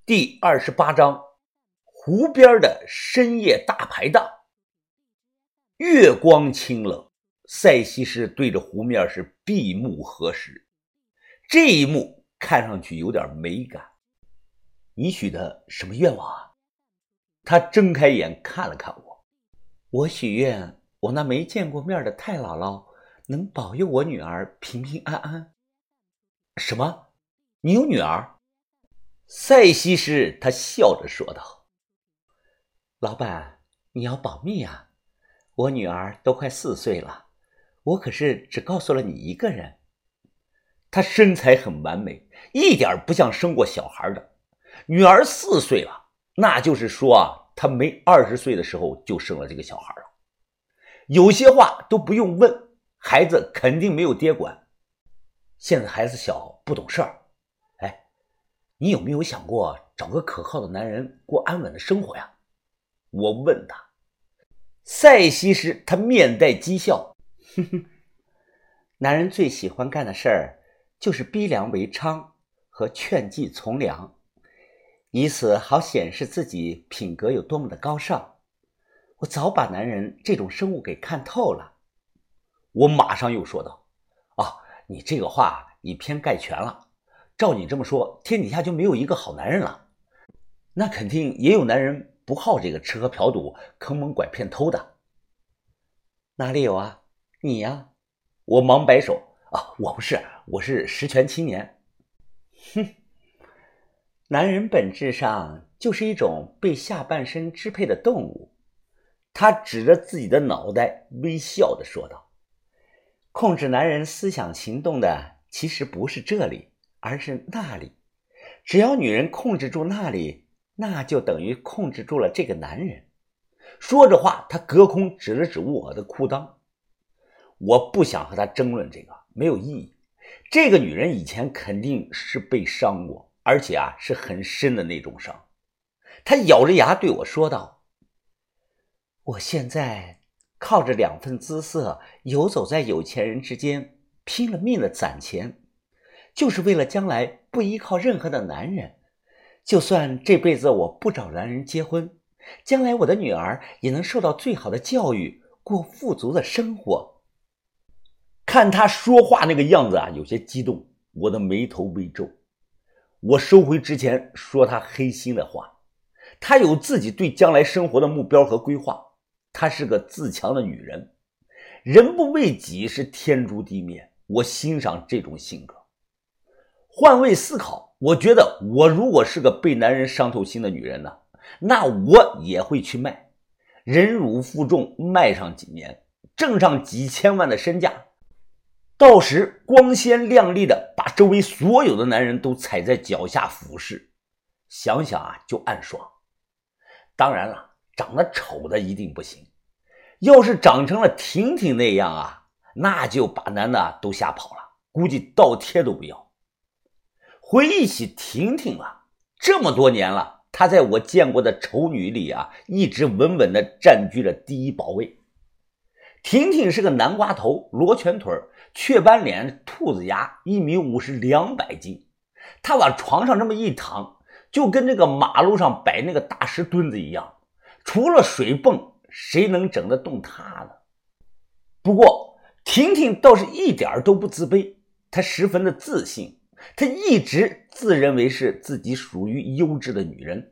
第28章，湖边的深夜大排档。月光清冷，赛西施对着湖面是闭目合时。这一幕看上去有点美感。你许的什么愿望啊？他睁开眼看了看我。我许愿我那没见过面的太姥姥能保佑我女儿平平安安。什么？你有女儿？赛西施他笑着说道。老板，你要保密啊，我女儿都快4岁了，我可是只告诉了你一个人。她身材很完美，一点不像生过小孩的。女儿4岁了，那就是说啊，她没20岁的时候就生了这个小孩了。有些话都不用问，孩子肯定没有爹管。现在孩子小，不懂事儿。你有没有想过找个可靠的男人过安稳的生活呀？我问他。赛西施他面带讥笑，哼哼，男人最喜欢干的事儿就是逼良为娼和劝妓从良，以此好显示自己品格有多么的高尚。我早把男人这种生物给看透了。我马上又说道，你这个话以偏概全了。照你这么说，天底下就没有一个好男人了。那肯定也有男人不好这个吃喝嫖赌、坑蒙拐骗偷的。哪里有啊？你呀？我忙摆手，我不是，我是十全青年。哼，男人本质上就是一种被下半身支配的动物。他指着自己的脑袋微笑地说道，控制男人思想行动的其实不是这里，而是那里。只要女人控制住那里，那就等于控制住了这个男人。说着话，他隔空指了指我的裤裆。我不想和他争论这个，没有意义。这个女人以前肯定是被伤过，而且是很深的那种伤。她咬着牙对我说道，我现在靠着2份姿色游走在有钱人之间，拼了命的攒钱，就是为了将来不依靠任何的男人。就算这辈子我不找男人结婚，将来我的女儿也能受到最好的教育，过富足的生活。看他说话那个样子有些激动，我的眉头微皱。我收回之前说他黑心的话，他有自己对将来生活的目标和规划，她是个自强的女人。人不为己是天诛地灭，我欣赏这种性格。换位思考，我觉得我如果是个被男人伤透心的女人呢，那我也会去卖，忍辱负重，卖上几年，挣上几千万的身价，到时光鲜亮丽的把周围所有的男人都踩在脚下俯视，想想就暗爽。当然了，长得丑的一定不行，要是长成了婷婷那样那就把男的都吓跑了，估计倒贴都不要。回忆起婷婷这么多年了，她在我见过的丑女里一直稳稳地占据了第1宝位。婷婷是个南瓜头，罗圈腿，雀斑脸，兔子牙，1.5米，200斤。她往床上这么一躺，就跟这个马路上摆那个大石墩子一样，除了水泵，谁能整得动她呢？不过婷婷倒是一点都不自卑，她十分的自信。她一直自认为是自己属于优质的女人。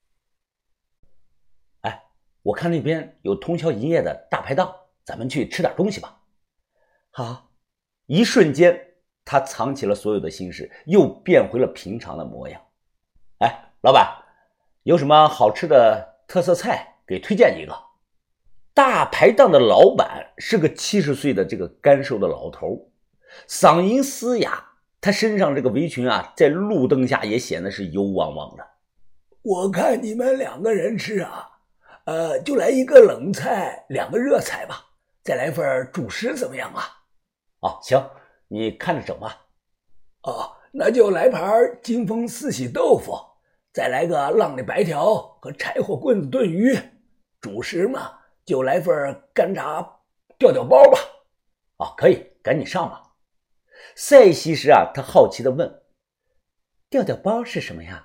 我看那边有通宵营业的大排档，咱们去吃点东西吧。好。一瞬间，她藏起了所有的心事，又变回了平常的模样。老板，有什么好吃的特色菜给推荐一个？大排档的老板是个70岁的这个干瘦的老头，嗓音嘶哑，他身上这个围裙在路灯下也显得是油汪汪的。 我看你们2个人吃就来1个冷菜，2个热菜吧，再来份主食怎么样行，你看着整吧。 那就来盘金丰四喜豆腐，再来个浪里白条和柴火棍子炖鱼，主食嘛就来份干炸吊吊包吧。 可以，赶紧上吧。赛西施他好奇地问，吊吊包是什么呀？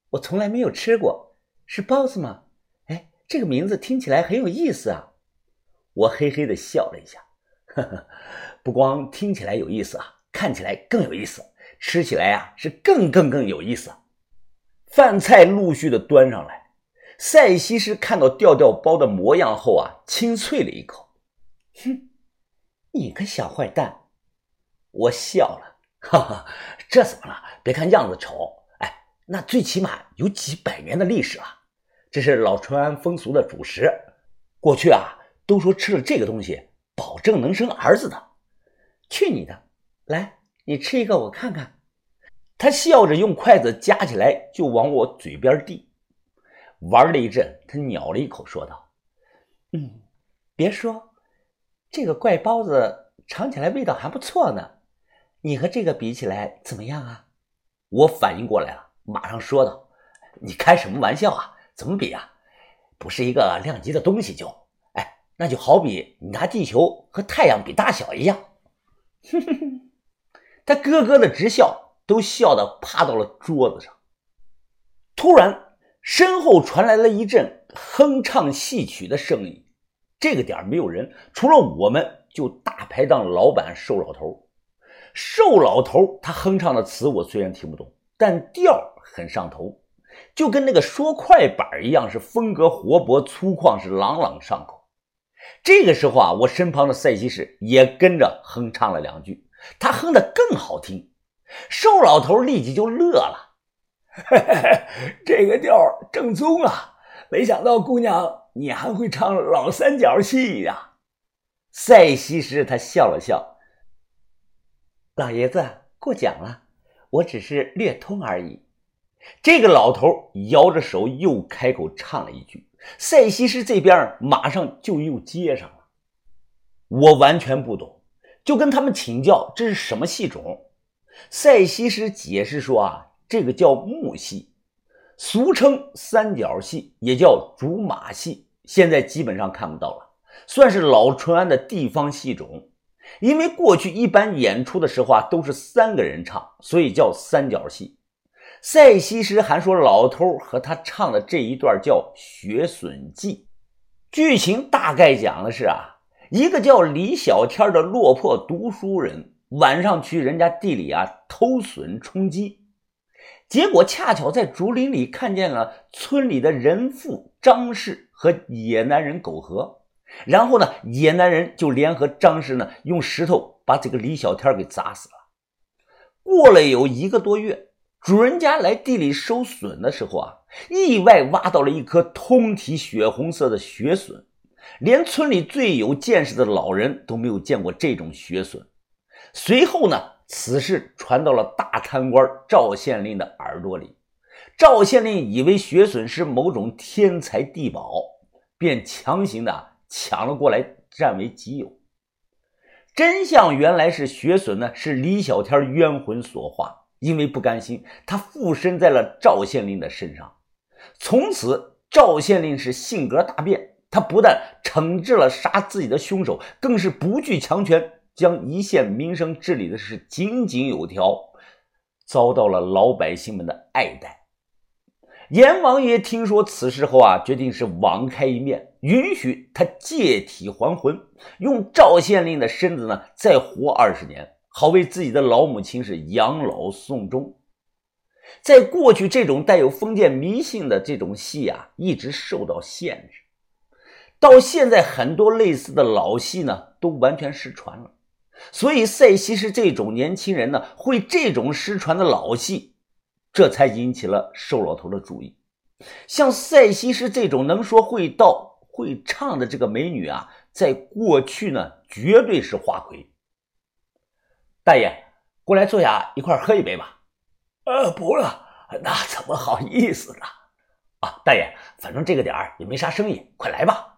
我从来没有吃过，是包子吗？哎，这个名字听起来很有意思啊。我嘿嘿地笑了一下，呵呵，不光听起来有意思啊，看起来更有意思，吃起来啊是更有意思。饭菜陆续的端上来，赛西施看到调调包的模样后啊，轻啐了一口，哼，你个小坏蛋。我笑了，哈哈，这怎么了？别看样子丑，哎，那最起码有几百年的历史了。这是老淳安风俗的主食，过去啊都说吃了这个东西保证能生儿子的。去你的，来，你吃一个我看看。他笑着用筷子夹起来就往我嘴边递。玩了一阵，他咬了一口说道，别说，这个怪包子尝起来味道还不错呢，你和这个比起来怎么样啊？我反应过来了，马上说道，你开什么玩笑啊？怎么比啊？不是一个量级的东西就，哎，那就好比你拿地球和太阳比大小一样。哼哼哼，他咯咯的直笑，都笑得趴到了桌子上。突然身后传来了一阵哼唱戏曲的声音，这个点没有人，除了我们就大排档老板瘦老头。瘦老头他哼唱的词我虽然听不懂，但调很上头，就跟那个说快板一样，是风格活泼粗犷，是朗朗上口。这个时候啊，我身旁的赛西施也跟着哼唱了两句，他哼得更好听。瘦老头立即就乐了， 嘿嘿嘿，这个调正宗啊，没想到姑娘你还会唱老三角戏呀。 赛西施他笑了笑，老爷子过奖了，我只是略通而已。这个老头摇着手又开口唱了一句，赛西施这边马上就又接上了。我完全不懂，就跟他们请教这是什么戏种。赛西施解释说啊，这个叫木戏，俗称三角戏，也叫竹马戏，现在基本上看不到了，算是老淳安的地方戏种。因为过去一般演出的时候啊，都是3个人唱，所以叫三角戏。赛西施还说老头和他唱的这一段叫雪笋记，剧情大概讲的是啊，一个叫李小天的落魄读书人晚上去人家地里啊偷笋充饥，结果恰巧在竹林里看见了村里的人妇张氏和野男人苟合，然后呢野男人就联合张氏呢用石头把这个李小天给砸死了。过了有1个多月，主人家来地里收笋的时候啊，意外挖到了一颗通体血红色的雪笋，连村里最有见识的老人都没有见过这种雪笋。随后呢，此事传到了大贪官赵县令的耳朵里，赵县令以为雪笋是某种天才地宝，便强行的抢了过来占为己有。真相原来是雪笋呢是李小天冤魂所化，因为不甘心，他附身在了赵县令的身上。从此赵县令是性格大变，他不但惩治了杀自己的凶手，更是不惧强权，将一县民生治理的是井井有条，遭到了老百姓们的爱戴。阎王爷听说此事后啊，决定是网开一面，允许他借体还魂，用赵县令的身子呢再活20年，好为自己的老母亲是养老送终。在过去，这种带有封建迷信的这种戏啊，一直受到限制。到现在，很多类似的老戏呢，都完全失传了。所以赛西施这种年轻人呢，会这种失传的老戏，这才引起了瘦老头的注意。像赛西施这种能说会道会唱的这个美女啊，在过去呢，绝对是花魁。大爷，过来坐下，一块喝一杯吧。 不了，那怎么好意思呢？ 啊，大爷，反正这个点儿也没啥生意，快来吧。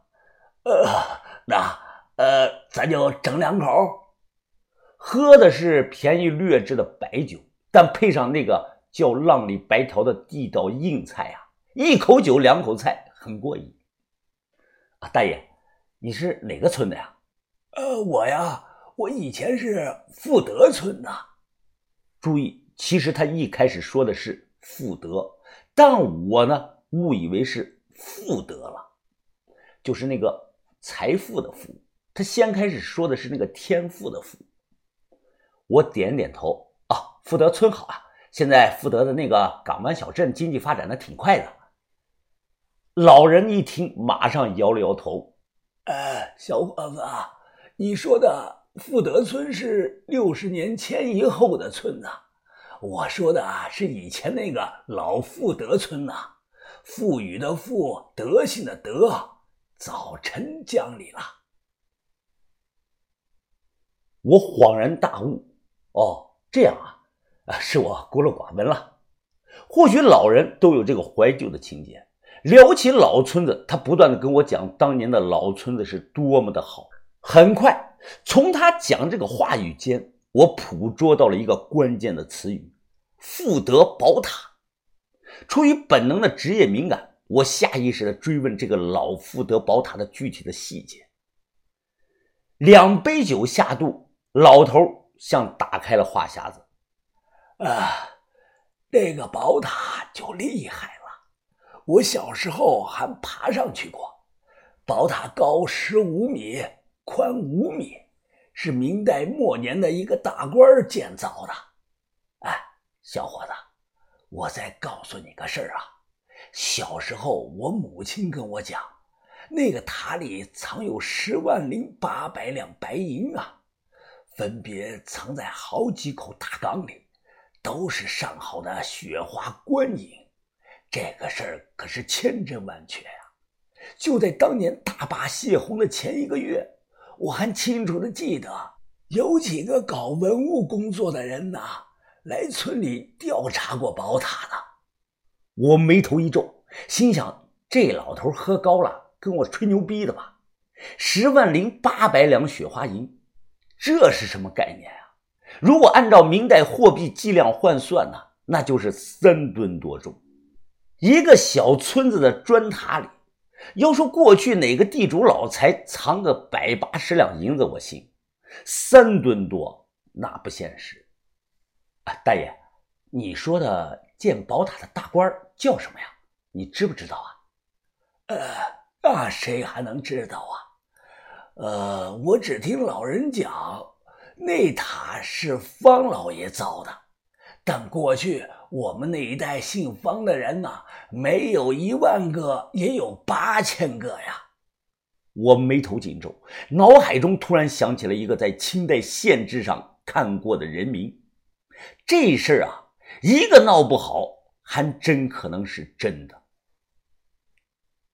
咱就整2口。 喝的是便宜劣质的白酒，但配上那个叫浪里白条的地道硬菜啊，一口酒2口菜，很过瘾。啊，大爷，你是哪个村的呀？ 我以前是富德村的。 注意，其实他一开始说的是富德， 但我呢误以为是富德了，就是那个财富的富，他先开始说的是那个天赋的赋。我点点头，富德村好啊，现在富德的那个港湾小镇经济发展的挺快的。老人一听马上摇了摇头， 小伙子，你说的富德村是60年前以后的村子，我说的是以前那个老富德村呐，富裕的富，德行的德，早晨讲理了。 我恍然大悟，这样啊，是我孤陋寡闻了。或许老人都有这个怀旧的情节，聊起老村子，他不断的跟我讲当年的老村子是多么的好。很快从他讲这个话语间，我捕捉到了一个关键的词语：富德宝塔。出于本能的职业敏感，我下意识地追问这个老富德宝塔的具体的细节。2杯酒下肚，老头像打开了话匣子。 这个宝塔就厉害了，我小时候还爬上去过。宝塔高15米，宽5米，是明代末年的一个大官建造的。小伙子，我再告诉你个事儿啊。小时候我母亲跟我讲，那个塔里藏有10.800两白银啊，分别藏在好几口大缸里，都是上好的雪花官银。这个事儿可是千真万确呀。就在当年大坝泄洪的前1个月，我还清楚地记得有几个搞文物工作的人呐，来村里调查过宝塔的。 我眉头一皱，心想这老头喝高了，跟我吹牛逼的吧？10.800两雪花银，这是什么概念啊？如果按照明代货币计量换算呢，那就是3吨多重。一个小村子的砖塔里，要说过去哪个地主老财藏个180两银子，我信，3吨多那不现实。大爷，你说的建宝塔的大官叫什么呀？你知不知道啊？ 那谁还能知道啊？我只听老人讲，那塔是方老爷造的，但过去我们那一代姓方的人呐，没有1万个，也有8000个呀。 我眉头紧皱，脑海中突然想起了一个在清代县志上看过的人名。这事儿啊，一个闹不好，还真可能是真的。